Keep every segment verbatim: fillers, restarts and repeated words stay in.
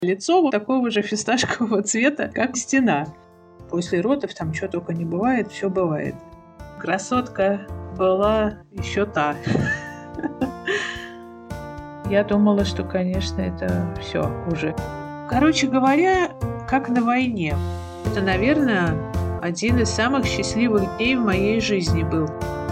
Лицо вот такого же фисташкового цвета, как стена. После родов там что только не бывает, все бывает. Красотка была еще та. Я думала, что, конечно, это все уже. Короче говоря, как на войне. Это, наверное, один из самых счастливых дней в моей жизни был.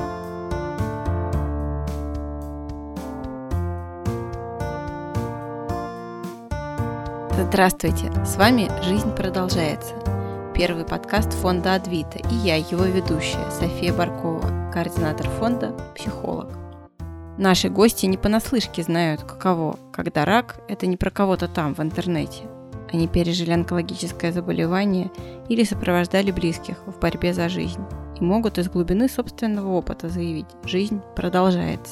Здравствуйте, с вами «Жизнь продолжается». Первый подкаст фонда Адвита, и я, его ведущая, София Баркова, координатор фонда, психолог. Наши гости не понаслышке знают, каково, когда рак – это не про кого-то там, в интернете. Они пережили онкологическое заболевание или сопровождали близких в борьбе за жизнь и могут из глубины собственного опыта заявить «Жизнь продолжается».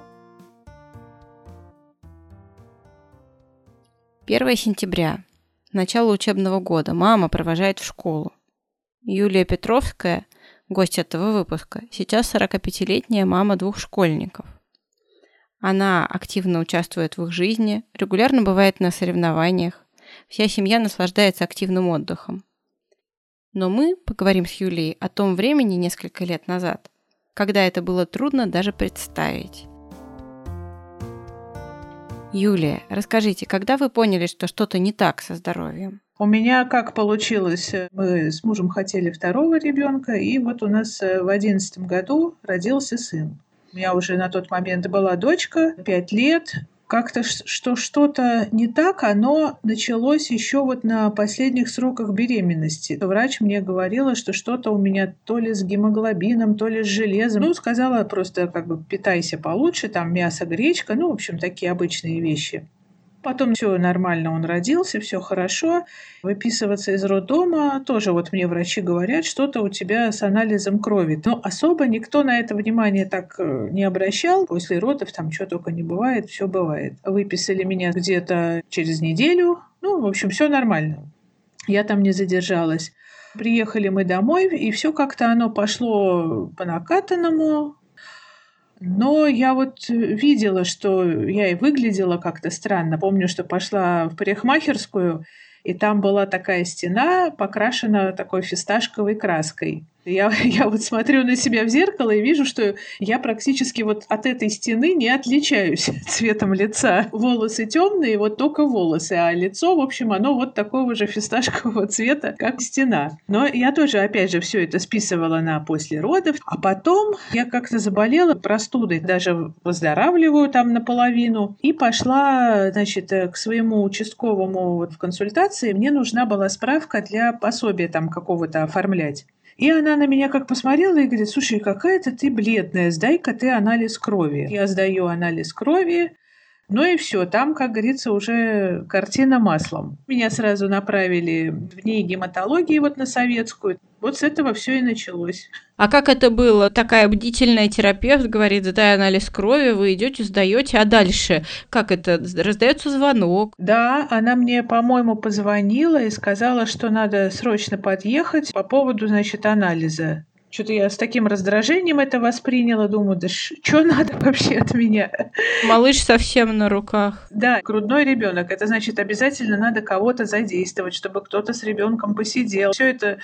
первое сентября. Начало учебного года. Мама провожает в школу. Юлия Петровская, гость этого выпуска, сейчас сорокапятилетняя мама двух школьников. Она активно участвует в их жизни, регулярно бывает на соревнованиях. Вся семья наслаждается активным отдыхом. Но мы поговорим с Юлией о том времени несколько лет назад, когда это было трудно даже представить. Юлия, расскажите, когда вы поняли, что что-то не так со здоровьем? У меня как получилось? Мы с мужем хотели второго ребенка, и вот у нас в одиннадцатом году родился сын. У меня уже на тот момент была дочка, пять лет. Как-то что что-то не так, оно началось еще вот на последних сроках беременности. Врач мне говорила, что что-то у меня то ли с гемоглобином, то ли с железом. Ну, сказала просто как бы питайся получше, там мясо, гречка, ну, в общем, такие обычные вещи. Потом все нормально, он родился, все хорошо. Выписываться из роддома тоже вот мне врачи говорят, что-то у тебя с анализом крови. Но особо никто на это внимание так не обращал. После родов там что только не бывает, все бывает. Выписали меня где-то через неделю. Ну, в общем, все нормально. Я там не задержалась. Приехали мы домой, и все как-то оно пошло по накатанному. Но я вот видела, что я и выглядела как-то странно. Помню, что пошла в парикмахерскую, и там была такая стена, покрашена такой фисташковой краской. Я, я вот смотрю на себя в зеркало и вижу, что я практически вот от этой стены не отличаюсь цветом лица. Волосы темные, вот только волосы, а лицо, в общем, оно вот такого же фисташкового цвета, как стена. Но я тоже, опять же, все это списывала на после родов. А потом я как-то заболела простудой, даже выздоравливаю там наполовину, и пошла, значит, к своему участковому вот в консультации. Мне нужна была справка для пособия там какого-то оформлять. И она на меня как посмотрела и говорит: слушай, какая-то ты бледная, сдай-ка ты анализ крови. Я сдаю анализ крови, ну и все, там, как говорится, уже картина маслом. Меня сразу направили в НИИ гематологии вот на Советскую. Вот с этого все и началось. А как это было? Такая бдительная терапевт говорит: сдай анализ крови, вы идете, сдаете, а дальше? Как это? Раздается звонок? Да, она мне, по-моему, позвонила и сказала, что надо срочно подъехать по поводу, значит, анализа. Что-то я с таким раздражением это восприняла, думаю, да что надо вообще от меня? Малыш совсем на руках. Да, грудной ребенок. Это значит, обязательно надо кого-то задействовать, чтобы кто-то с ребенком посидел. Все это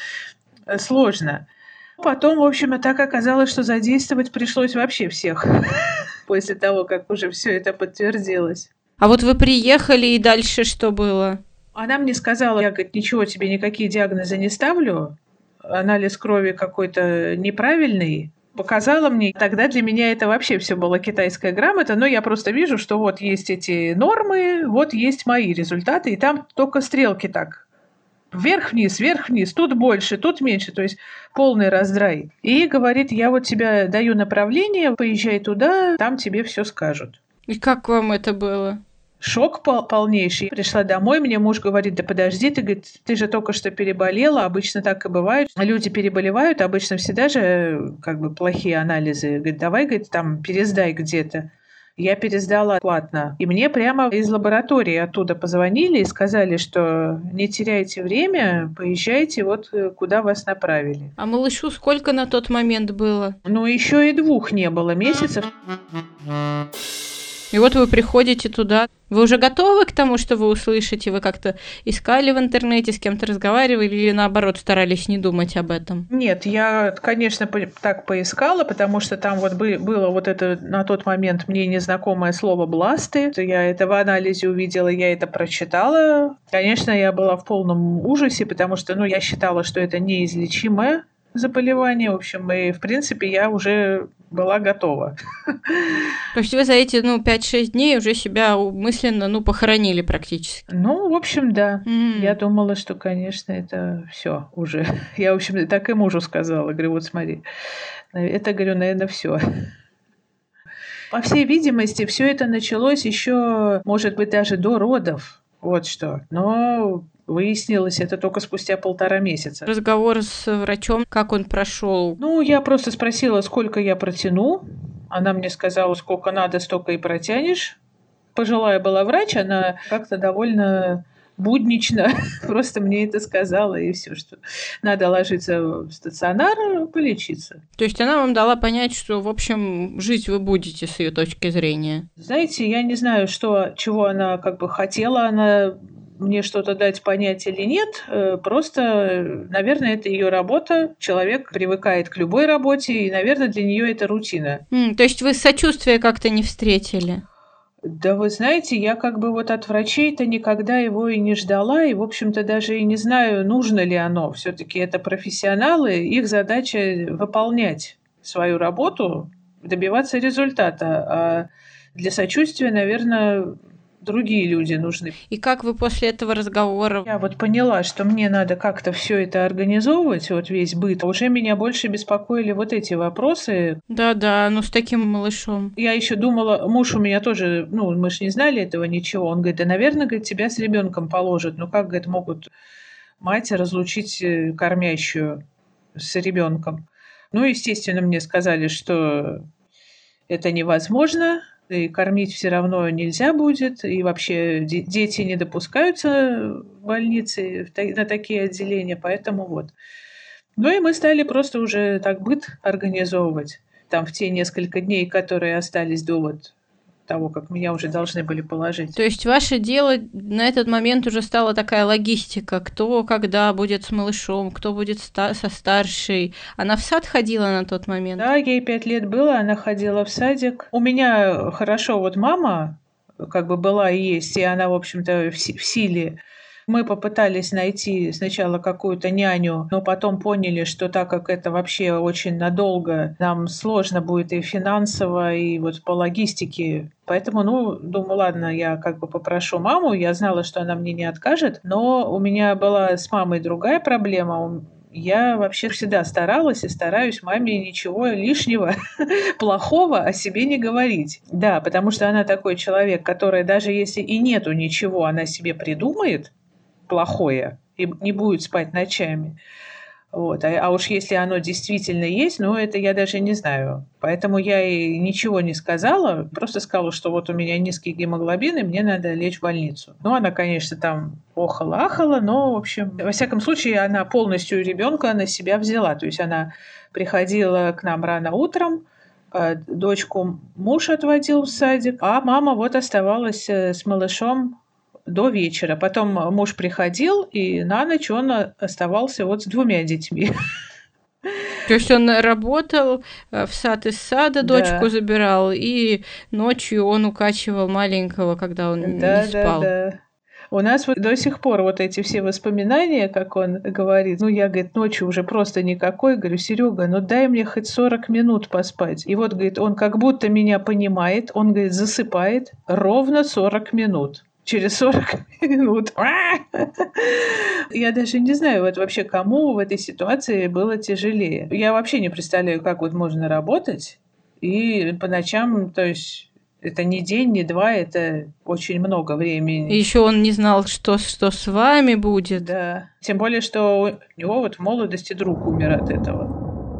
сложно. Потом, в общем, так оказалось, что задействовать пришлось вообще всех после того, как уже все это подтвердилось. А вот вы приехали, и дальше что было? Она мне сказала: я, говорит, ничего тебе, никакие диагнозы не ставлю. Анализ крови какой-то неправильный. Показала мне. Тогда для меня это вообще все было китайская грамота, но я просто вижу, что вот есть эти нормы, вот есть мои результаты, и там только стрелки так. Вверх-вниз, вверх-вниз, тут больше, тут меньше, то есть полный раздрай. И говорит: я вот тебе даю направление, поезжай туда, там тебе все скажут. И как вам это было? Шок пол- полнейший. Пришла домой, мне муж говорит: да подожди, ты, говорит, ты же только что переболела, обычно так и бывает. Люди переболевают, обычно всегда же как бы плохие анализы. Говорит: давай, говорит, там пересдай где-то. Я пересдала платно. И мне прямо из лаборатории оттуда позвонили и сказали, что не теряйте время, поезжайте вот куда вас направили. А малышу сколько на тот момент было? Ну, еще и двух не было месяцев. И вот вы приходите туда. Вы уже готовы к тому, что вы услышите? Вы как-то искали в интернете, с кем-то разговаривали или, наоборот, старались не думать об этом? Нет, я, конечно, так поискала, потому что там вот было вот это на тот момент мне незнакомое слово «бласты». Я это в анализе увидела, я это прочитала. Конечно, я была в полном ужасе, потому что ну, я считала, что это неизлечимое заболевание. В общем, и, в принципе, я уже была готова. То есть вы за эти, ну, пять-шесть дней уже себя мысленно, ну, похоронили практически? Ну, в общем, да. Mm. Я думала, что, конечно, это все уже. Я, в общем, так и мужу сказала. Говорю, вот смотри, это, говорю, наверное, все. По всей видимости, все это началось еще, может быть, даже до родов. Вот что. Но выяснилось это только спустя полтора месяца. Разговор с врачом, как он прошел? Ну, я просто спросила, сколько я протяну. Она мне сказала, сколько надо, столько и протянешь. Пожилая была врач, она как-то довольно буднично просто мне это сказала, и все, что надо ложиться в стационар, полечиться. То есть она вам дала понять, что, в общем, жить вы будете с ее точки зрения? Знаете, я не знаю, что, чего она как бы хотела, она мне что-то дать понять или нет, просто, наверное, это ее работа, человек привыкает к любой работе, и, наверное, для нее это рутина. Mm, то есть вы сочувствия как-то не встретили? Да вы знаете, я как бы вот от врачей-то никогда его и не ждала, и, в общем-то, даже и не знаю, нужно ли оно. Все-таки это профессионалы, их задача выполнять свою работу, добиваться результата. А для сочувствия, наверное, другие люди нужны. И как вы после этого разговора? Я вот поняла, что мне надо как-то все это организовывать, вот весь быт. Уже меня больше беспокоили вот эти вопросы. Да-да, ну с таким малышом. Я еще думала, муж у меня тоже, ну, мы же не знали этого ничего. Он говорит, да, наверное, говорит, тебя с ребенком положат. Ну как, говорит, могут мать разлучить кормящую с ребенком? Ну, естественно, мне сказали, что это невозможно. И кормить все равно нельзя будет, и вообще дети не допускаются в больнице на такие отделения, поэтому вот. Ну и мы стали просто уже так быт организовывать. Там в те несколько дней, которые остались до вот того, как меня уже должны были положить. То есть ваше дело на этот момент уже стала такая логистика, кто когда будет с малышом, кто будет ста- со старшей. Она в сад ходила на тот момент? Да, ей пять лет было, она ходила в садик. У меня хорошо вот мама как бы была и есть, и она, в общем-то, в, си- в силе. Мы попытались найти сначала какую-то няню, но потом поняли, что так как это вообще очень надолго, нам сложно будет и финансово, и вот по логистике. Поэтому, ну, думаю, ладно, я как бы попрошу маму, я знала, что она мне не откажет, но у меня была с мамой другая проблема. Я вообще всегда старалась и стараюсь маме ничего лишнего, плохого о себе не говорить. Да, потому что она такой человек, который даже если и нету ничего, она себе придумает плохое и не будет спать ночами. Вот. А, а уж если оно действительно есть, ну, это я даже не знаю. Поэтому я ей ничего не сказала, просто сказала, что вот у меня низкий гемоглобин, и мне надо лечь в больницу. Ну, она, конечно, там охала-ахала, но, в общем, во всяком случае, она полностью ребенка на себя взяла. То есть она приходила к нам рано утром, дочку муж отводил в садик, а мама вот оставалась с малышом до вечера. Потом муж приходил, и на ночь он оставался вот с двумя детьми. То есть он работал в сад, из сада дочку да. забирал, и ночью он укачивал маленького, когда он да, не спал. Да, да. У нас вот до сих пор вот эти все воспоминания, как он говорит, ну, я, говорит, ночью уже просто никакой, говорю, Серега, ну, дай мне хоть сорок минут поспать. И вот, говорит, он как будто меня понимает, он, говорит, засыпает ровно сорок минут. Через сорок минут. Я даже не знаю, вот вообще кому в этой ситуации было тяжелее. Я вообще не представляю, как вот можно работать и по ночам, то есть это не день, не два, это очень много времени. И еще он не знал, что, что с вами будет. Да. Тем более, что у него вот в молодости друг умер от этого.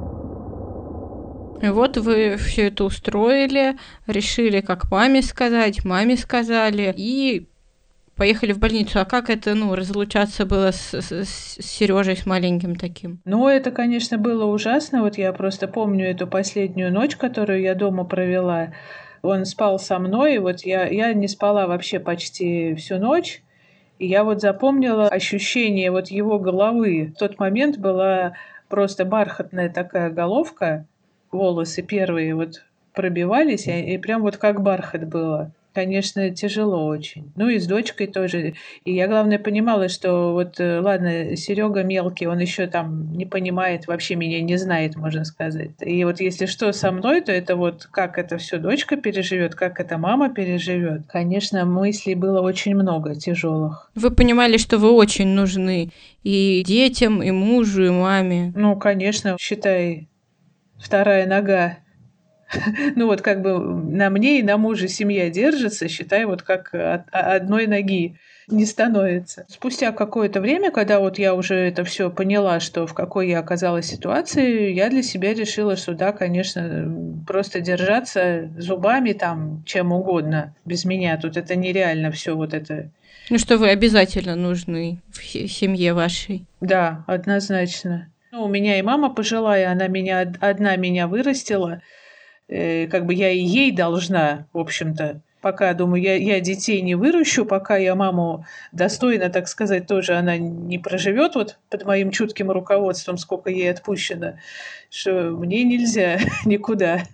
И вот вы все это устроили, решили, как маме сказать, маме сказали, и поехали в больницу. А как это, ну, разлучаться было с, с, с Сережей, с маленьким таким? Ну, это, конечно, было ужасно. Вот я просто помню эту последнюю ночь, которую я дома провела. Он спал со мной, и вот я, я не спала вообще почти всю ночь. И я вот запомнила ощущение вот его головы. В тот момент была просто бархатная такая головка, волосы первые вот пробивались, и, и прям вот как бархат было. Конечно, тяжело очень. Ну и с дочкой тоже. И я, главное, понимала, что вот, э, ладно, Серега мелкий, он еще там не понимает, вообще меня не знает, можно сказать. И вот если что со мной, то это вот как это все дочка переживет, как это мама переживет. Конечно, мыслей было очень много тяжелых. Вы понимали, что вы очень нужны и детям, и мужу, и маме. Ну, конечно, считай, вторая нога. Ну вот как бы на мне и на муже семья держится, считай, вот как от одной ноги не становится. Спустя какое-то время, когда вот я уже это все поняла, что в какой я оказалась ситуации, я для себя решила, что да, конечно, просто держаться зубами там, чем угодно без меня. Тут это нереально все вот это. Ну что вы обязательно нужны в семье вашей. Да, однозначно. Ну, у меня и мама пожилая, она меня одна меня вырастила. Как бы я и ей должна, в общем-то, пока, думаю, я, я детей не выращу, пока я маму достойно, так сказать, тоже она не проживет вот под моим чутким руководством, сколько ей отпущено, что мне нельзя никуда.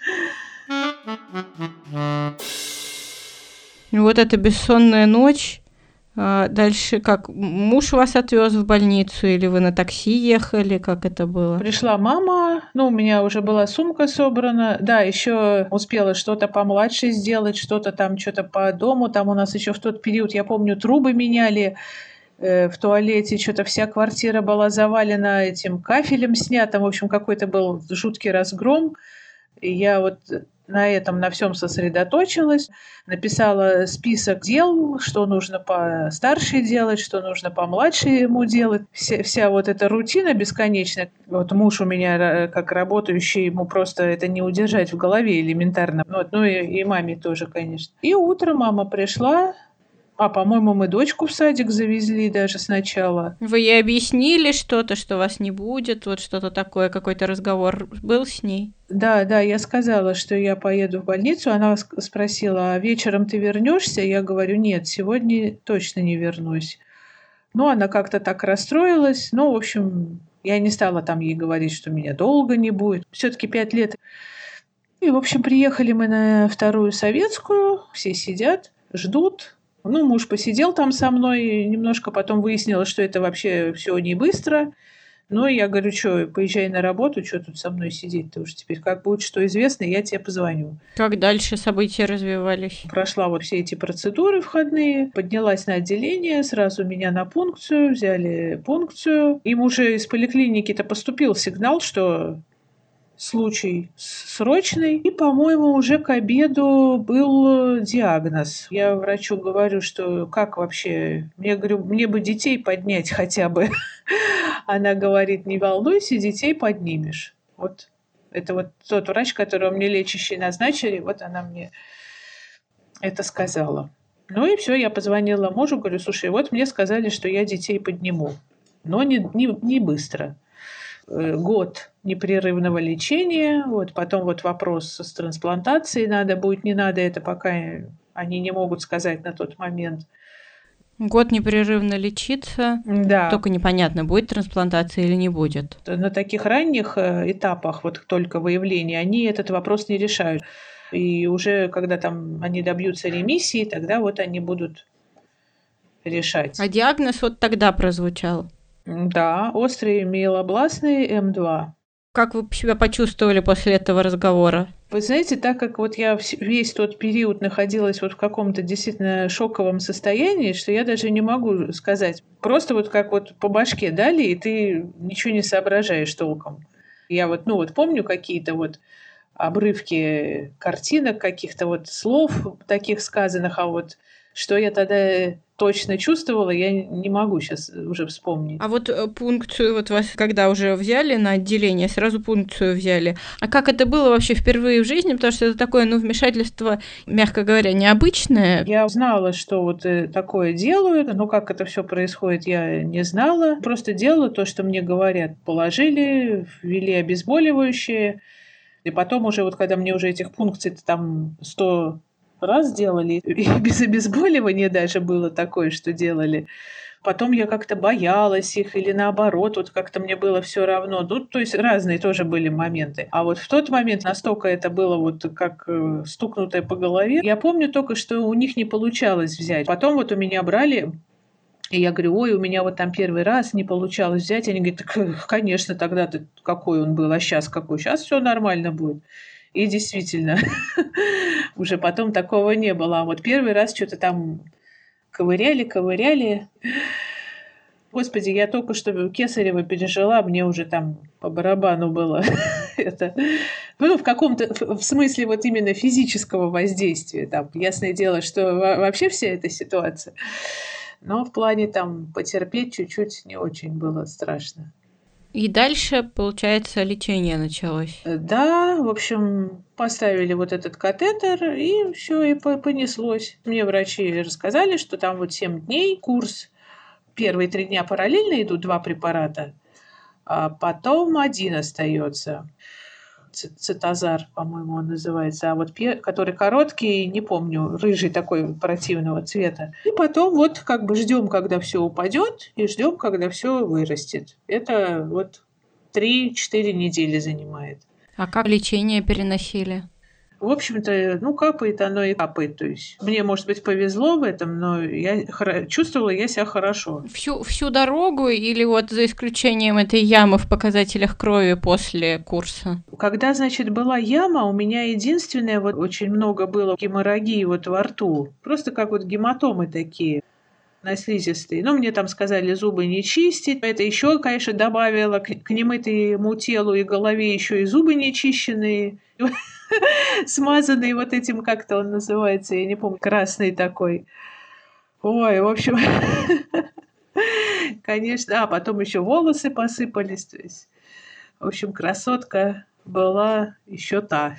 Вот эта бессонная ночь. А дальше как? Муж вас отвез в больницу или вы на такси ехали? Как это было? Пришла мама, ну, у меня уже была сумка собрана. Да, еще успела что-то помладше сделать, что-то там, что-то по дому. Там у нас еще в тот период, я помню, трубы меняли э, в туалете. Что-то вся квартира была завалена этим кафелем снятым. В общем, какой-то был жуткий разгром. И я вот на этом, на всем сосредоточилась, написала список дел, что нужно по старшей делать, что нужно по младшей ему делать. Вся, вся вот эта рутина бесконечная. Вот муж у меня как работающий, ему просто это не удержать в голове элементарно. Вот, ну и, и маме тоже, конечно. И утром мама пришла. А, по-моему, мы дочку в садик завезли даже сначала. Вы ей объяснили что-то, что вас не будет, вот что-то такое, какой-то разговор был с ней? Да, да, я сказала, что я поеду в больницу. Она спросила, а вечером ты вернешься? Я говорю, нет, сегодня точно не вернусь. Ну, она как-то так расстроилась. Ну, в общем, я не стала там ей говорить, что меня долго не будет. Все-таки пять лет. И, в общем, приехали мы на Вторую Советскую. Все сидят, ждут. Ну, муж посидел там со мной немножко, потом выяснилось, что это вообще все не быстро. Ну, я говорю, что, поезжай на работу, что тут со мной сидеть-то уже теперь? Как будет что известно, я тебе позвоню. Как дальше события развивались? Прошла вот все эти процедуры входные, поднялась на отделение, сразу меня на пункцию, взяли пункцию. Им уже из поликлиники-то поступил сигнал, что случай срочный. И, по-моему, уже к обеду был диагноз. Я врачу говорю, что как вообще? Мне говорю, мне бы детей поднять хотя бы. Она говорит, не волнуйся, детей поднимешь. Вот это вот тот врач, которого мне лечащий назначили, вот она мне это сказала. Ну и все, я позвонила мужу, говорю, слушай, вот мне сказали, что я детей подниму, но не, не, не быстро. Год непрерывного лечения, вот потом вот вопрос с трансплантацией, надо будет, не надо, это пока они не могут сказать на тот момент. Год непрерывно лечиться, да. Только непонятно, будет трансплантация или не будет. На таких ранних этапах, вот только выявления, они этот вопрос не решают. И уже когда там они добьются ремиссии, тогда вот они будут решать. А диагноз вот тогда прозвучал? Да, острый миелобластный эм два. Как вы себя почувствовали после этого разговора? Вы знаете, так как вот я весь тот период находилась вот в каком-то действительно шоковом состоянии, что я даже не могу сказать. Просто вот как вот по башке дали, и ты ничего не соображаешь толком. Я вот, ну вот помню какие-то вот обрывки картинок, каких-то вот слов таких сказанных, а вот что я тогда точно чувствовала, я не могу сейчас уже вспомнить. А вот пункцию, вот вас когда уже взяли на отделение, сразу пункцию взяли. А как это было вообще впервые в жизни? Потому что это такое, ну, вмешательство, мягко говоря, необычное. Я знала, что вот такое делают, но как это все происходит, я не знала. Просто делала то, что мне говорят. Положили, ввели обезболивающее. И потом уже, вот когда мне уже этих пункций там сто раз делали, и без обезболивания даже было такое, что делали. Потом я как-то боялась их или наоборот, вот как-то мне было все равно. Ну, то есть разные тоже были моменты. А вот в тот момент настолько это было вот как э, стукнутое по голове. Я помню только, что у них не получалось взять. Потом вот у меня брали, и я говорю, ой, у меня вот там первый раз не получалось взять. Они говорят, так, конечно, тогда-то какой он был, а сейчас какой? Сейчас все нормально будет. И действительно, уже потом такого не было. А вот первый раз что-то там ковыряли, ковыряли. Господи, я только что кесарево пережила, мне уже там по барабану было это. Ну, в каком-то, в смысле вот именно физического воздействия. Там, ясное дело, что вообще вся эта ситуация. Но в плане там потерпеть чуть-чуть не очень было страшно. И дальше, получается, лечение началось. Да, в общем, поставили вот этот катетер, и все, и понеслось. Мне врачи рассказали, что там вот семь дней курс. Первые три дня параллельно идут два препарата, а потом один остается. Цитозар, по-моему, он называется. А вот который короткий, не помню, рыжий такой противного цвета. И потом вот как бы ждем, когда все упадет, и ждем, когда все вырастет. Это вот три-четыре недели занимает. А как лечение переносили? В общем-то, ну, капает оно и капает. То есть мне, может быть, повезло в этом, но я чувствовала я себя хорошо. Всю, всю дорогу или вот за исключением этой ямы в показателях крови после курса? Когда, значит, была яма, у меня единственное, вот очень много было геморрагии вот во рту. Просто как вот гематомы такие на слизистой. Ну, мне там сказали зубы не чистить. Это еще, конечно, добавило к, к немытому телу и голове еще и зубы нечищенные. Смазанный вот этим, как-то он называется, я не помню, красный такой. Ой, в общем, конечно, а потом еще волосы посыпались. То есть, в общем, красотка была еще та.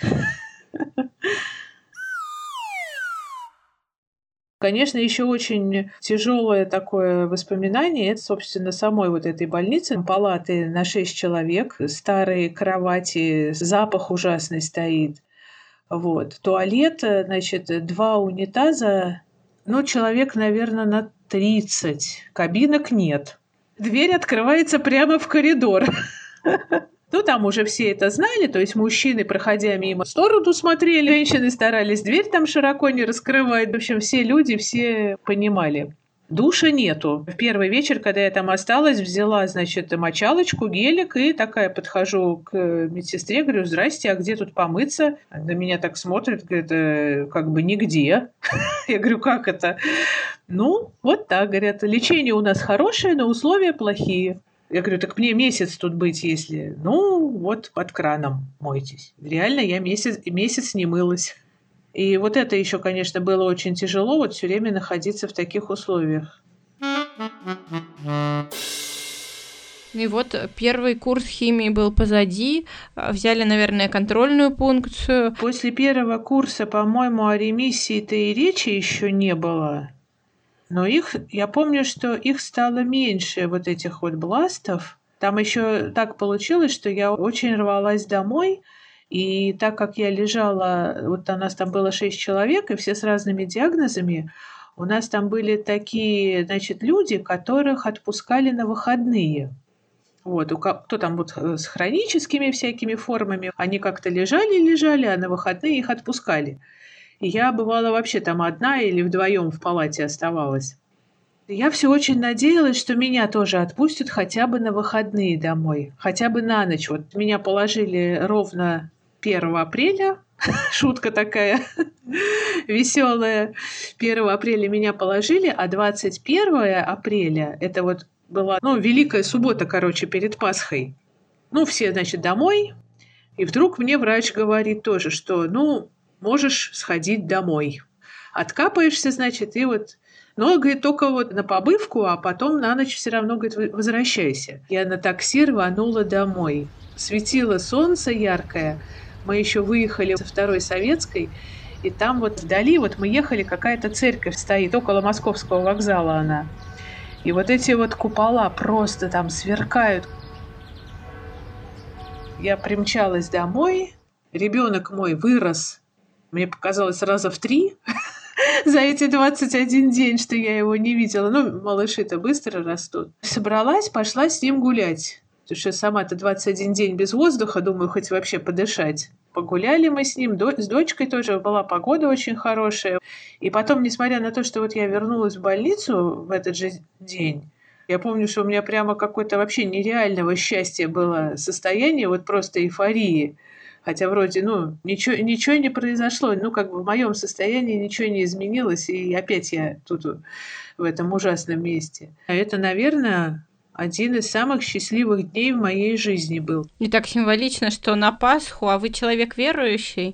Конечно, еще очень тяжелое такое воспоминание, это, собственно, самой вот этой больницы, палаты на шесть человек, старые кровати, запах ужасный стоит. Вот. Туалет, значит, два унитаза, ну, человек, наверное, на тридцать. Кабинок нет. Дверь открывается прямо в коридор. Ну, там уже все это знали, то есть мужчины, проходя мимо, в сторону смотрели, женщины старались дверь там широко не раскрывать. В общем, все люди, все понимали. Душа нету. В первый вечер, когда я там осталась, взяла, значит, мочалочку, гелик, и такая подхожу к медсестре, говорю, здрасте, а где тут помыться? На меня так смотрит, говорит, как бы нигде. Я говорю, как это? Ну, вот так, говорят, лечение у нас хорошее, но условия плохие. Я говорю, так мне месяц тут быть, если... Ну, вот под краном мойтесь. Реально я месяц, месяц не мылась. И вот это еще, конечно, было очень тяжело, вот все время находиться в таких условиях. И вот первый курс химии был позади, взяли, наверное, контрольную пункцию. После первого курса, по-моему, о ремиссии-то и речи еще не было. Но их, я помню, что их стало меньше, вот этих вот бластов. Там еще так получилось, что я очень рвалась домой. И так как я лежала, вот у нас там было шесть человек, и все с разными диагнозами, у нас там были такие, значит, люди, которых отпускали на выходные. Вот, кто там вот с хроническими всякими формами, они как-то лежали-лежали, а на выходные их отпускали. И я бывала вообще там одна или вдвоем в палате оставалась. Я все очень надеялась, что меня тоже отпустят хотя бы на выходные домой, хотя бы на ночь. Вот меня положили ровно первого апреля, шутка такая веселая. первого апреля меня положили, а двадцать первого апреля, это вот была, ну, Великая суббота, короче, перед Пасхой. Ну, все, значит, домой. И вдруг мне врач говорит тоже, что, ну, можешь сходить домой. Откапаешься, значит, и вот... Но, говорит, только вот на побывку, а потом на ночь все равно, говорит, возвращайся. Я на такси рванула домой. Светило солнце яркое. Мы еще выехали со второй Советской, и там вот вдали вот мы ехали, какая-то церковь стоит, около Московского вокзала она. И вот эти вот купола просто там сверкают. Я примчалась домой, ребенок мой вырос, мне показалось, раза в три за эти двадцать один день, что я его не видела. Ну, малыши-то быстро растут. Собралась, пошла с ним гулять. Потому что сама-то двадцать один день без воздуха, думаю, хоть вообще подышать. Погуляли мы с ним, с дочкой тоже, была погода очень хорошая. И потом, несмотря на то, что вот я вернулась в больницу в этот же день, я помню, что у меня прямо какое-то вообще нереального счастья было состояние, вот просто эйфории. Хотя вроде, ну, ничего, ничего не произошло, ну, как бы в моем состоянии ничего не изменилось, и опять я тут в этом ужасном месте. А это, наверное, один из самых счастливых дней в моей жизни был. И так символично, что на Пасху, а вы человек верующий?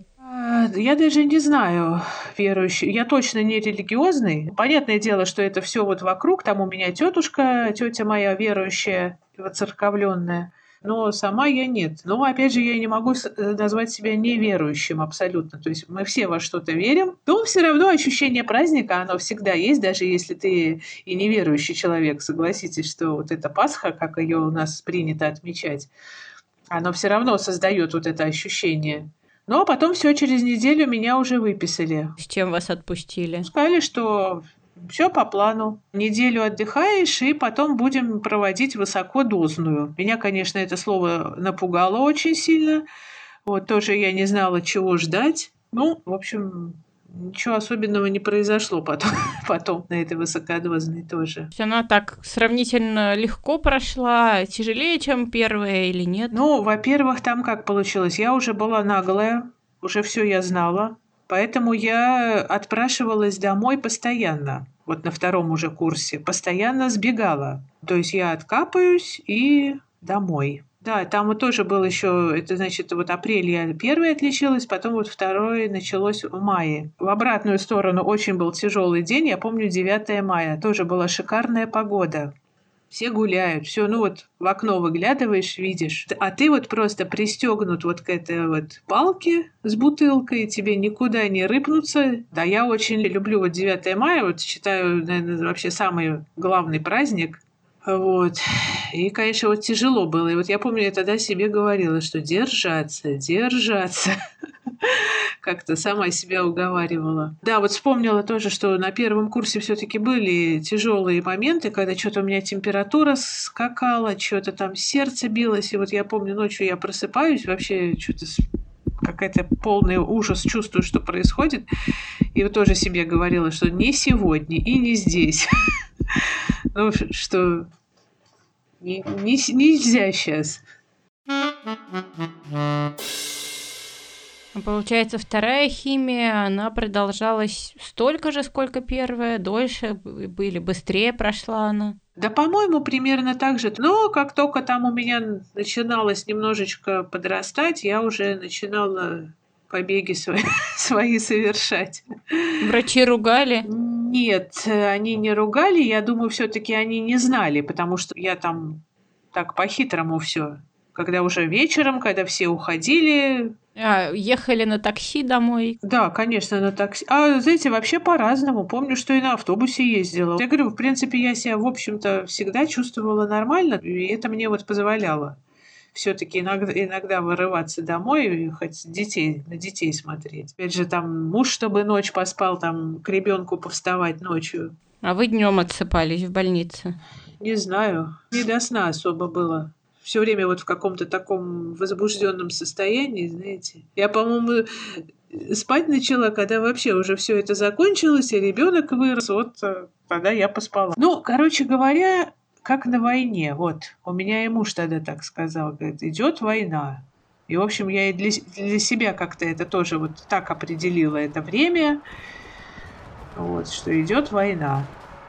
Я даже не знаю, верующий. Я точно не религиозный. Понятное дело, что это все вот вокруг. Там у меня тетушка, тетя моя верующая, воцерковленная. Но сама я нет. Но, опять же, я не могу назвать себя неверующим абсолютно. То есть мы все во что-то верим. Но все равно ощущение праздника, оно всегда есть, даже если ты и неверующий человек. Согласитесь, что вот эта Пасха, как ее у нас принято отмечать, оно все равно создает вот это ощущение. Ну, а потом все, через неделю меня уже выписали. С чем вас отпустили? Сказали, что все по плану. Неделю отдыхаешь, и потом будем проводить высокодозную. Меня, конечно, это слово напугало очень сильно. Вот тоже я не знала, чего ждать. Ну, в общем, ничего особенного не произошло потом, потом на этой высокодозной тоже. То есть она так сравнительно легко прошла, тяжелее, чем первая или нет? Ну, во-первых, там как получилось? Я уже была наглая, уже все я знала. Поэтому я отпрашивалась домой постоянно. Вот на втором уже курсе. Постоянно сбегала. То есть я откапаюсь и домой. Да, там вот тоже был еще, это значит, вот апрель я первой отличилась, потом вот второй началось в мае. В обратную сторону очень был тяжелый день, я помню, девятое мая. Тоже была шикарная погода. Все гуляют, все, ну вот в окно выглядываешь, видишь, а ты вот просто пристегнут вот к этой вот палке с бутылкой, тебе никуда не рыпнуться. Да, я очень люблю вот девятое мая, вот считаю, наверное, вообще самый главный праздник. Вот. И, конечно, вот тяжело было. И вот я помню, я тогда себе говорила, что держаться, держаться. Как-то сама себя уговаривала. Да, вот вспомнила тоже, что на первом курсе все-таки были тяжелые моменты, когда что-то у меня температура скакала, что-то там сердце билось. И вот я помню, ночью я просыпаюсь, вообще что-то какой-то полный ужас, чувствую, что происходит. И вот тоже себе говорила, что не сегодня и не здесь. Ну, что не, не, нельзя сейчас. Получается, вторая химия, она продолжалась столько же, сколько первая, дольше были, быстрее прошла она? Да, по-моему, примерно так же. Но как только там у меня начиналось немножечко подрастать, я уже начинала побеги свои, свои совершать. Врачи ругали? Нет, они не ругали. Я думаю, все-таки они не знали, потому что я там так по-хитрому все. Когда уже вечером, когда все уходили. А, ехали на такси домой? Да, конечно, на такси. А, знаете, вообще по-разному. Помню, что и на автобусе ездила. Я говорю, в принципе, я себя, в общем-то, всегда чувствовала нормально, и это мне вот позволяло все-таки иногда, иногда вырываться домой и хоть детей, на детей смотреть. Опять же, там муж, чтобы ночь поспал, там к ребенку повставать ночью. А вы днем отсыпались в больнице? Не знаю, не до сна особо было. Все время вот в каком-то таком возбужденном состоянии, знаете. Я, по-моему, спать начала, когда вообще уже все это закончилось, и ребенок вырос. Вот тогда я поспала. Ну, короче говоря, как на войне. Вот. У меня и муж тогда так сказал. Говорит, идет война. И, в общем, я и для, для себя как-то это тоже вот так определила это время. Вот, что идет война.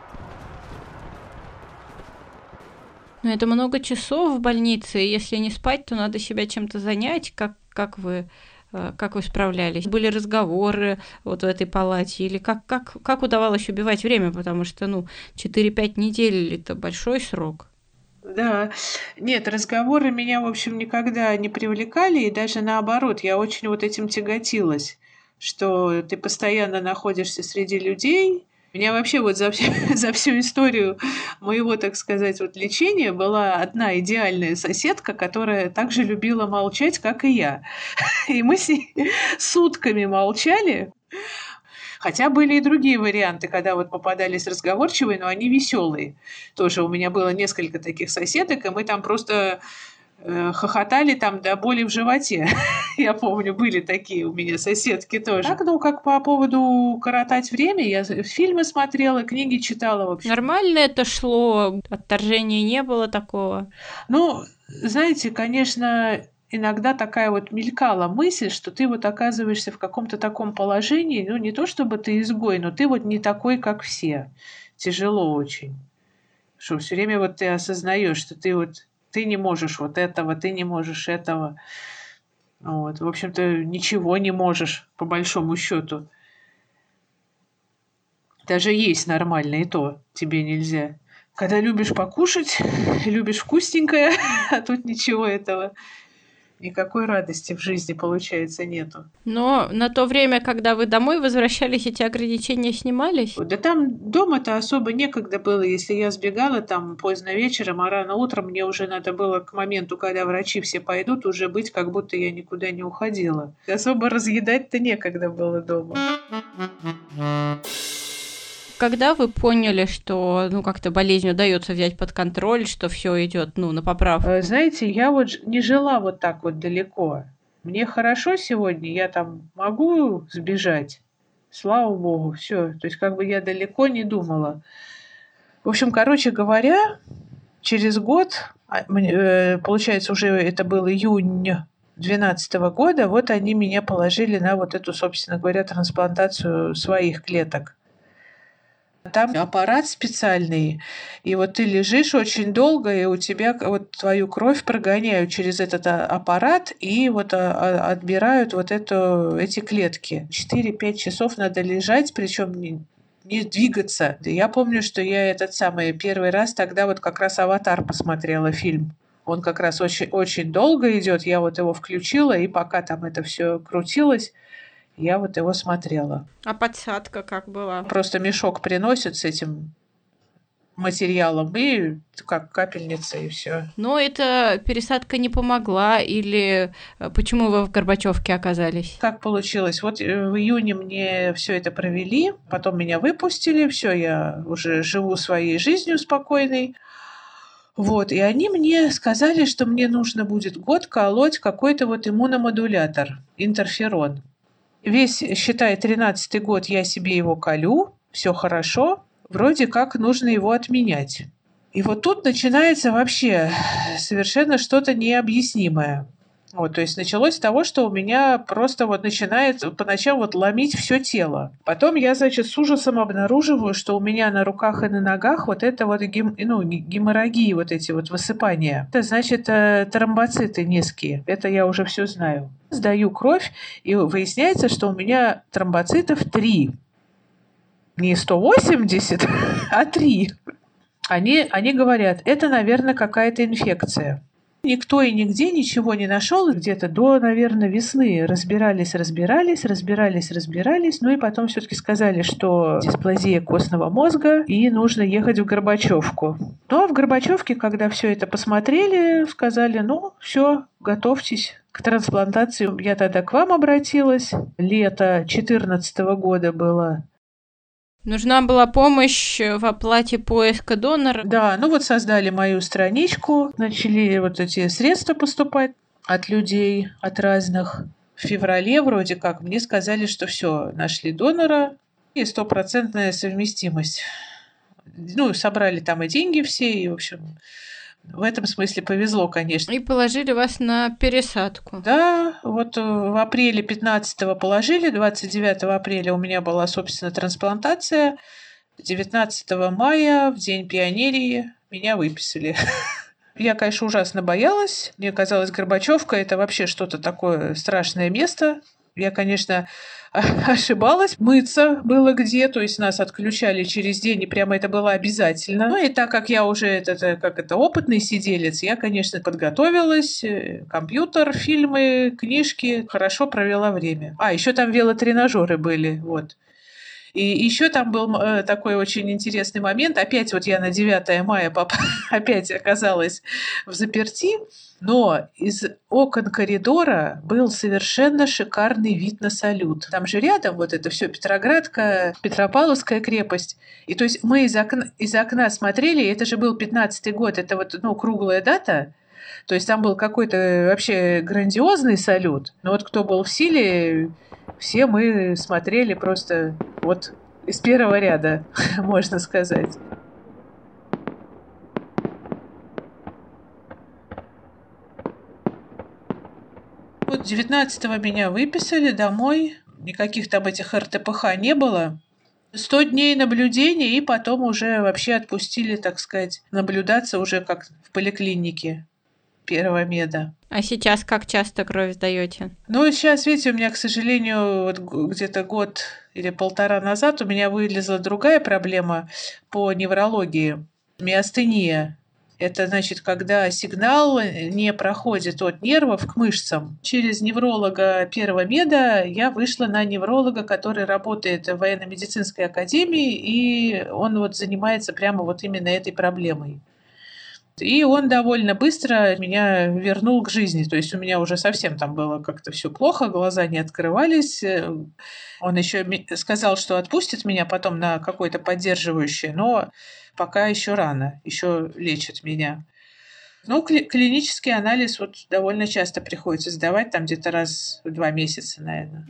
Ну, это много часов в больнице, и если не спать, то надо себя чем-то занять. Как, как, вы, как вы справлялись? Были разговоры вот в этой палате? Или как, как, как удавалось убивать время? Потому что, ну, четыре-пять недель – это большой срок. Да. Нет, разговоры меня, в общем, никогда не привлекали, и даже наоборот, я очень вот этим тяготилась, что ты постоянно находишься среди людей, У меня вообще вот за, всю- за всю историю моего, так сказать, вот лечения была одна идеальная соседка, которая так же любила молчать, как и я. И мы с ней сутками молчали. Хотя были и другие варианты, когда вот попадались разговорчивые, но они веселые. Тоже у меня было несколько таких соседок, и мы там просто э, хохотали там до боли в животе. Я помню, были такие у меня соседки тоже. Так, ну, как по поводу коротать время, я фильмы смотрела, книги читала, в общем. Нормально это шло, отторжения не было такого. Ну, знаете, конечно, иногда такая вот мелькала мысль, что ты вот оказываешься в каком-то таком положении, ну, не то чтобы ты изгой, но ты вот не такой, как все. Тяжело очень. Что все время вот ты осознаешь, что ты вот ты не можешь вот этого, ты не можешь этого. Вот. В общем-то, ничего не можешь, по большому счету. Даже есть нормально, и то тебе нельзя. Когда любишь покушать, любишь вкусненькое, а тут ничего этого. Никакой радости в жизни, получается, нету. Но на то время, когда вы домой возвращались, эти ограничения снимались? Да там дома-то особо некогда было. Если я сбегала там поздно вечером, а рано утром, мне уже надо было к моменту, когда врачи все пойдут, уже быть, как будто я никуда не уходила. Особо разъедать-то некогда было дома. Когда вы поняли, что ну как-то болезнь удается взять под контроль, что все идет ну на поправку? Э, Знаете, я вот ж- не жила вот так вот далеко. Мне хорошо сегодня, я там могу сбежать. Слава богу, все. То есть как бы я далеко не думала. В общем, короче говоря, через год, а, мне, э, получается, уже это был июнь двенадцатого года, вот они меня положили на вот эту, собственно говоря, трансплантацию своих клеток. Там аппарат специальный, и вот ты лежишь очень долго, и у тебя к- вот твою кровь прогоняют через этот а, аппарат и вот а, а, отбирают вот эту, эти клетки. Четыре-пять часов надо лежать, причем не, не двигаться. Я помню, что я этот самый первый раз тогда вот как раз «Аватар» посмотрела фильм. Он как раз очень, очень долго идет. Я вот его включила, и пока там это все крутилось, я вот его смотрела. А подсадка как была? Просто мешок приносят с этим материалом и как капельница и все. Но эта пересадка не помогла или э, почему вы в Горбачевке оказались? Как получилось? Вот э, в июне мне все это провели, потом меня выпустили, все, я уже живу своей жизнью спокойной. Вот, и они мне сказали, что мне нужно будет год колоть какой-то вот иммуномодулятор, интерферон. Весь, считай, тринадцатый год я себе его колю, все хорошо, вроде как нужно его отменять. И вот тут начинается вообще совершенно что-то необъяснимое. Вот, то есть началось с того, что у меня просто вот начинает по ночам вот ломить все тело. Потом я, значит, с ужасом обнаруживаю, что у меня на руках и на ногах вот это вот гем, ну, геморрагии, вот эти вот высыпания. Это значит э, тромбоциты низкие. Это я уже все знаю. Сдаю кровь, и выясняется, что у меня тромбоцитов три. Не сто восемьдесят, а три. Они, они говорят, это, наверное, какая-то инфекция. Никто и нигде ничего не нашел. Где-то до, наверное, весны разбирались, разбирались, разбирались, разбирались. Ну и потом все-таки сказали, что дисплазия костного мозга и нужно ехать в Горбачевку. Ну а в Горбачевке, когда все это посмотрели, сказали, ну все, готовьтесь к трансплантации. Я тогда к вам обратилась. Лето две тысячи четырнадцатого года было. Нужна была помощь в оплате поиска донора. Да, ну вот создали мою страничку, начали вот эти средства поступать от людей, от разных. В феврале вроде как мне сказали, что все, нашли донора и стопроцентная совместимость. Ну, собрали там и деньги все, и, в общем, в этом смысле повезло, конечно. И положили вас на пересадку. Да, вот в апреле пятнадцатого положили, двадцать девятого апреля у меня была, собственно, трансплантация. девятнадцатого мая, в День пионерии, меня выписали. Я, конечно, ужасно боялась. Мне казалось, Горбачевка – это вообще что-то такое страшное место. Я, конечно, ошибалась. Мыться было где, то есть нас отключали через день, и прямо это было обязательно. Ну и так как я уже это, как это опытный сиделец, я, конечно, подготовилась. Компьютер, фильмы, книжки. Хорошо провела время. А, еще там велотренажеры были, вот. И еще там был э, такой очень интересный момент. Опять вот я на девятое мая поп- опять оказалась в заперти, но из окон коридора был совершенно шикарный вид на Салют. Там же рядом вот это все Петроградка, Петропавловская крепость. И то есть мы из окна, из окна смотрели, это же был пятнадцатый год, это вот ну, круглая дата. То есть там был какой-то вообще грандиозный салют. Но вот кто был в силе, все мы смотрели просто вот из первого ряда, можно сказать. Вот девятнадцатого меня выписали домой. Никаких там этих эр тэ пэ ха не было. Сто дней наблюдения, и потом уже вообще отпустили, так сказать, наблюдаться уже как в поликлинике первого меда. А сейчас как часто кровь сдаете? Ну, сейчас, видите, у меня, к сожалению, вот где-то год или полтора назад у меня вылезла другая проблема по неврологии. Миостения. Это значит, когда сигнал не проходит от нервов к мышцам. Через невролога первого меда я вышла на невролога, который работает в военно-медицинской академии, и он вот занимается прямо вот именно этой проблемой. И он довольно быстро меня вернул к жизни. То есть у меня уже совсем там было как-то все плохо, глаза не открывались. Он еще сказал, что отпустит меня потом на какое-то поддерживающее, но пока еще рано, еще лечат меня. Ну, кли- клинический анализ вот довольно часто приходится сдавать, там где-то раз в два месяца, наверное.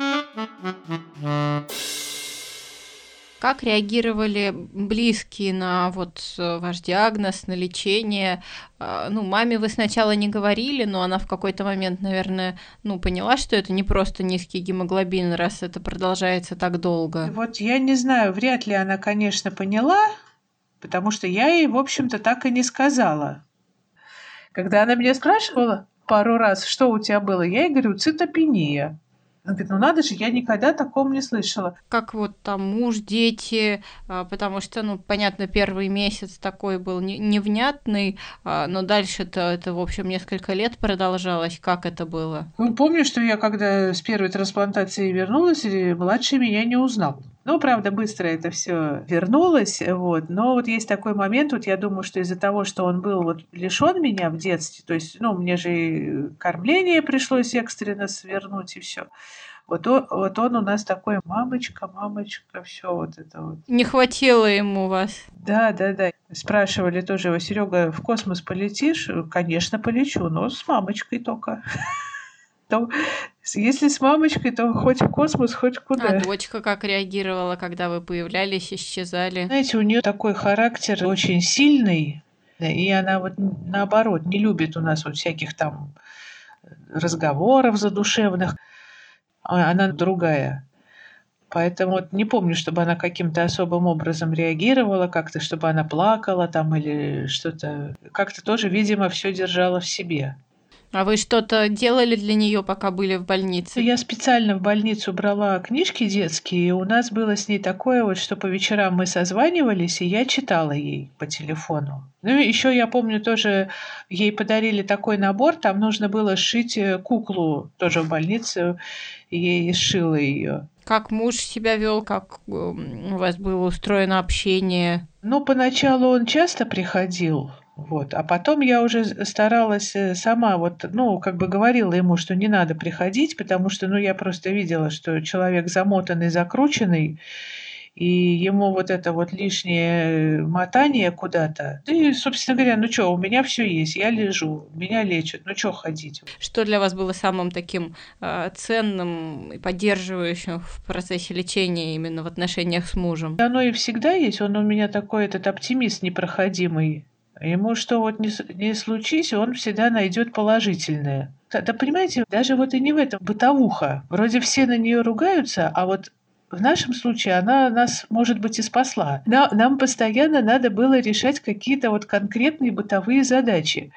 Как реагировали близкие на вот ваш диагноз, на лечение? Ну, маме вы сначала не говорили, но она в какой-то момент, наверное, ну, поняла, что это не просто низкий гемоглобин, раз это продолжается так долго. Вот я не знаю, вряд ли она, конечно, поняла, потому что я ей, в общем-то, так и не сказала. Когда она меня спрашивала пару раз, что у тебя было, я ей говорю, цитопения. Она говорит, ну надо же, я никогда такого не слышала. Как вот там муж, дети, потому что, ну, понятно, первый месяц такой был невнятный, но дальше-то это, в общем, несколько лет продолжалось. Как это было? Ну, помню, что я, когда с первой трансплантации вернулась, младший меня не узнал. Ну, правда, быстро это все вернулось, вот. Но вот есть такой момент, вот я думаю, что из-за того, что он был вот лишен меня в детстве, то есть, ну, мне же и кормление пришлось экстренно свернуть и все. Вот он, вот он у нас такой, мамочка, мамочка, все вот это вот. Не хватило ему вас. Да, да, да. Спрашивали тоже его, Серега, в космос полетишь? Конечно, полечу, но с мамочкой только. То, если с мамочкой, то хоть в космос, хоть куда. А дочка как реагировала, когда вы появлялись, исчезали? Знаете, у нее такой характер очень сильный, и она вот наоборот не любит у нас вот всяких там разговоров задушевных. Она другая. Поэтому вот не помню, чтобы она каким-то особым образом реагировала, как-то, чтобы она плакала там или что-то. Как-то тоже, видимо, все держала в себе. А вы что-то делали для нее, пока были в больнице? Я специально в больницу брала книжки детские, и у нас было с ней такое вот, что по вечерам мы созванивались, и я читала ей по телефону. Ну и еще я помню тоже, ей подарили такой набор, там нужно было сшить куклу тоже в больнице, и ей сшила ее. Как муж себя вел, как у вас было устроено общение? Ну, поначалу он часто приходил, вот, а потом я уже старалась сама, вот, ну, как бы говорила ему, что не надо приходить, потому что, ну, я просто видела, что человек замотанный, закрученный, и ему вот это вот лишнее мотание куда-то. И, собственно говоря, ну что, у меня все есть, я лежу, меня лечат, ну что ходить? Что для вас было самым таким э, ценным и поддерживающим в процессе лечения именно в отношениях с мужем? Оно и всегда есть, он у меня такой этот оптимист непроходимый. Ему что вот не, не случись, он всегда найдет положительное. Да, да понимаете, даже вот и не в этом бытовуха. Вроде все на нее ругаются, а вот в нашем случае она нас, может быть, и спасла. Нам, нам постоянно надо было решать какие-то вот конкретные бытовые задачи.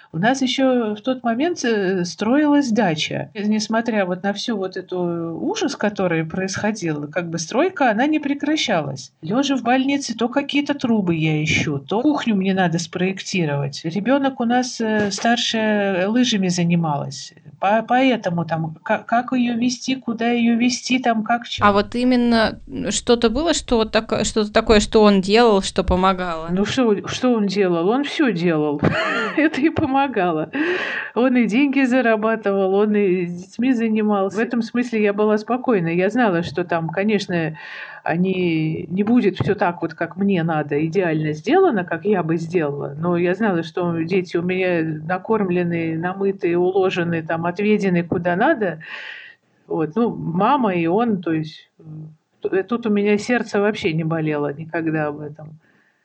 У нас еще в тот момент э, строилась дача. И несмотря вот на всю вот эту ужас, который происходил, как бы стройка, она не прекращалась. Лежа в больнице, то какие-то трубы я ищу, то кухню мне надо спроектировать. Ребенок у нас э, старшая лыжами занималась. По- Поэтому там, как, как ее вести, куда ее вести, там, как А чего. вот именно что-то было, что вот так, что-то такое, что он делал, что помогало? Ну что, что он делал? Он все делал. Это и помогало. Он и деньги зарабатывал, он и с детьми занимался. В этом смысле я была спокойна. Я знала, что там, конечно, они не будет все так вот, как мне надо, идеально сделано, как я бы сделала. Но я знала, что дети у меня накормлены, намыты, уложены, там, отведены куда надо. Вот. Ну, мама и он, то есть э, тут у меня сердце вообще не болело никогда об этом.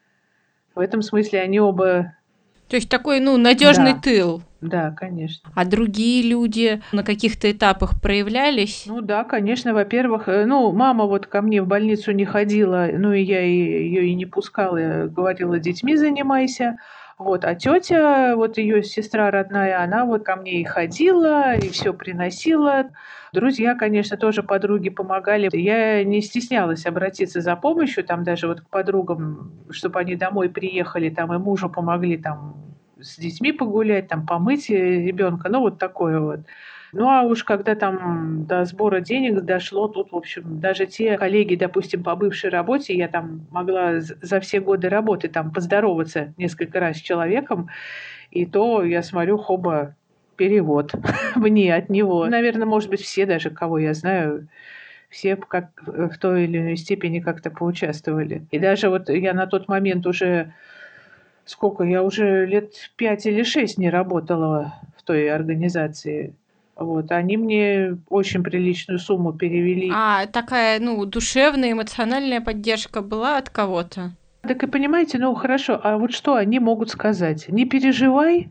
В этом смысле они оба, То есть такой, ну, надежный да, тыл. да, конечно. А другие люди на каких-то этапах проявлялись? Ну да, конечно, во-первых, э, ну, мама вот ко мне в больницу не ходила, ну и я ее и не пускала, я говорила, детьми занимайся. Вот, а тетя, вот ее сестра родная, она вот ко мне и ходила, и все приносила. Друзья, конечно, тоже подруги помогали. Я не стеснялась обратиться за помощью, там даже вот к подругам, чтобы они домой приехали, там и мужу помогли там с детьми погулять, там помыть ребенка, ну вот такое вот. Ну, а уж когда там до сбора денег дошло, тут, в общем, даже те коллеги, допустим, по бывшей работе, я там могла з- за все годы работы там поздороваться несколько раз с человеком, и то я смотрю, хоба, перевод мне от него. Наверное, может быть, все даже, кого я знаю, все как в той или иной степени как-то поучаствовали. И даже вот я на тот момент уже, сколько, я уже лет пять или шесть не работала в той организации. Вот, они мне очень приличную сумму перевели. А такая, ну, душевная, эмоциональная поддержка была от кого-то? Так и понимаете, ну хорошо, а вот что они могут сказать? Не переживай,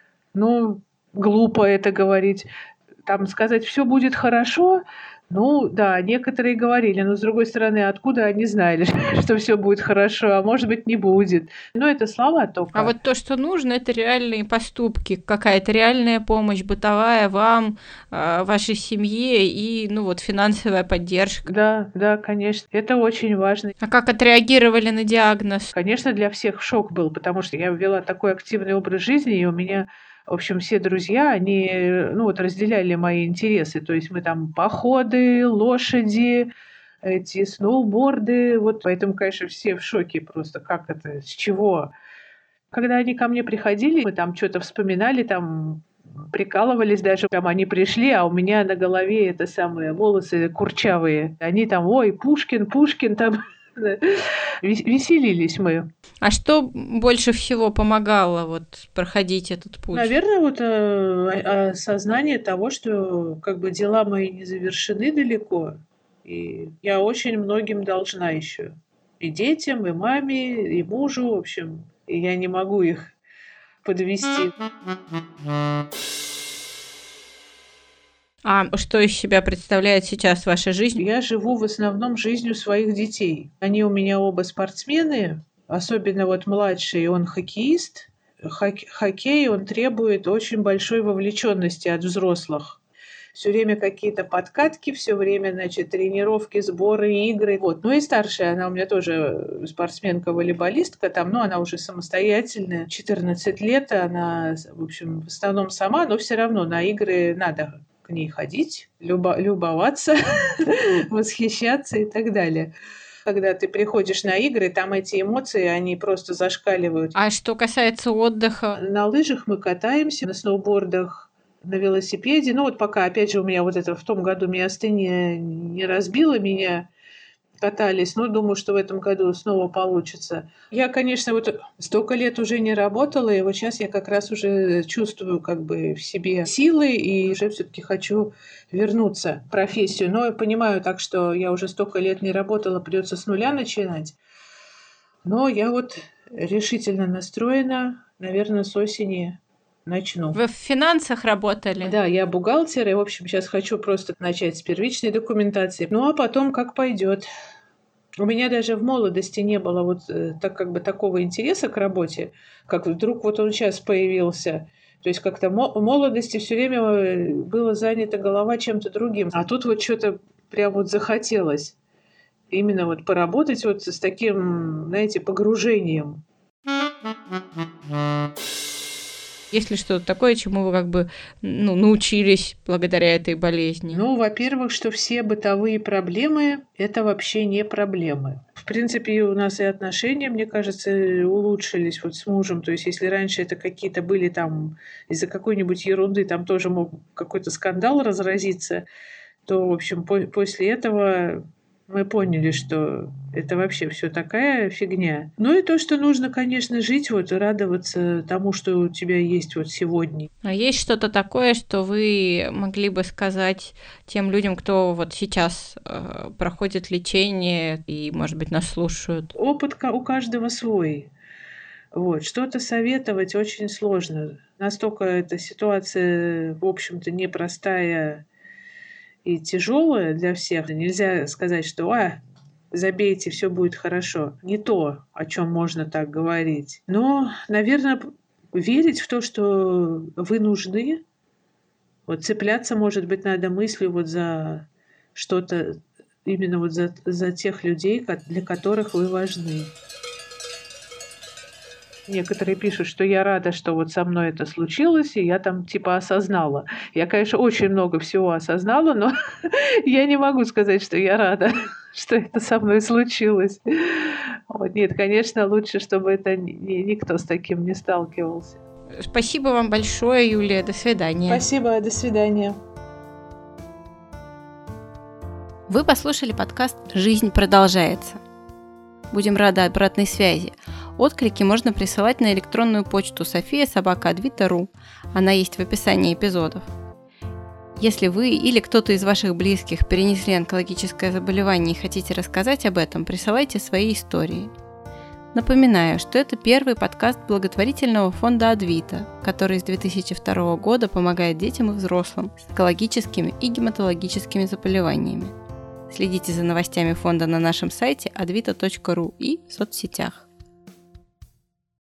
ну, глупо это говорить. Там сказать, все будет хорошо, ну да, некоторые говорили, но с другой стороны, откуда они знали, что все будет хорошо, а может быть не будет. Но это слова А только. вот то, что нужно, это реальные поступки, какая-то реальная помощь бытовая вам, а, вашей семье и, ну, вот финансовая поддержка. Да, да, конечно, это очень важно. А как отреагировали на диагноз? Конечно, для всех шок был, потому что я вела такой активный образ жизни, и у меня, в общем, все друзья, они, ну, вот разделяли мои интересы. То есть мы там походы, лошади, эти сноуборды. Вот поэтому, конечно, все в шоке просто. Как это? С чего? Когда они ко мне приходили, мы там что-то вспоминали, там прикалывались даже. Там они пришли, а у меня на голове это самые волосы курчавые. Они там, ой, Пушкин, Пушкин, там Вес- веселились мы. А что больше всего помогало вот проходить этот путь? Наверное, вот э, осознание того, что как бы дела мои не завершены далеко, и я очень многим должна еще. И детям, и маме, и мужу, в общем, и я не могу их подвести. А что из себя представляет сейчас ваша жизнь? Я живу в основном жизнью своих детей. Они у меня оба спортсмены, особенно вот младший, он хоккеист. Хок- Хоккей, он требует очень большой вовлеченности от взрослых. Все время какие-то подкатки, все время, значит, тренировки, сборы, игры. Вот. Ну и старшая, она у меня тоже спортсменка-волейболистка, там, ну, она уже самостоятельная, четырнадцать лет, она, в общем, в основном сама, но все равно на игры надо к ней ходить, любо- любоваться, восхищаться и так далее. Когда ты приходишь на игры, там эти эмоции, они просто зашкаливают. А что касается отдыха? На лыжах мы катаемся, на сноубордах, на велосипеде. Ну вот пока, опять же, у меня вот это в том году миостыния не разбила меня, катались, но думаю, что в этом году снова получится. Я, конечно, вот столько лет уже не работала, и вот сейчас я как раз уже чувствую как бы в себе силы, и уже все-таки хочу вернуться в профессию. Но я понимаю так, что я уже столько лет не работала, придется с нуля начинать. Но я вот решительно настроена, наверное, с осени начну. Вы в финансах работали? Да, я бухгалтер, и, в общем, сейчас хочу просто начать с первичной документации. Ну, а потом как пойдет. У меня даже в молодости не было вот э, так как бы такого интереса к работе, как вдруг вот он сейчас появился. То есть как-то в молодости все время была занята голова чем-то другим. А тут вот что-то прям вот захотелось именно вот поработать вот с таким, знаете, погружением. Есть ли что-то такое, чему вы как бы ну, научились благодаря этой болезни? Ну, во-первых, что все бытовые проблемы – это вообще не проблемы. В принципе, у нас и отношения, мне кажется, улучшились вот с мужем. То есть, если раньше это какие-то были там из-за какой-нибудь ерунды, там тоже мог какой-то скандал разразиться, то, в общем, по- после этого мы поняли, что это вообще все такая фигня. Ну и то, что нужно, конечно, жить, вот и радоваться тому, что у тебя есть вот сегодня. А есть что-то такое, что вы могли бы сказать тем людям, кто вот сейчас э, проходит лечение и, может быть, нас слушают? Опыт у каждого свой. Вот. Что-то советовать очень сложно. Настолько эта ситуация, в общем-то, непростая и тяжелая для всех. Нельзя сказать, что «а, забейте, все будет хорошо». Не то, о чем можно так говорить. Но, наверное, верить в то, что вы нужны. Вот цепляться, может быть, надо мыслью вот за что-то, именно вот за, за тех людей, для которых вы важны. Некоторые пишут, что я рада, что вот со мной это случилось, и я там типа осознала. Я, конечно, очень много всего осознала, но я не могу сказать, что я рада, что это со мной случилось. Вот. Нет, конечно, лучше, чтобы это ни, никто с таким не сталкивался. Спасибо вам большое, Юлия. До свидания. Спасибо, до свидания. Вы послушали подкаст «Жизнь продолжается». Будем рады обратной связи. Отклики можно присылать на электронную почту софия собака адвита точка ру. Она есть в описании эпизодов. Если вы или кто-то из ваших близких перенесли онкологическое заболевание и хотите рассказать об этом, присылайте свои истории. Напоминаю, что это первый подкаст благотворительного фонда Адвита, который с две тысячи второго года помогает детям и взрослым с онкологическими и гематологическими заболеваниями. Следите за новостями фонда на нашем сайте адвита точка ру и в соцсетях.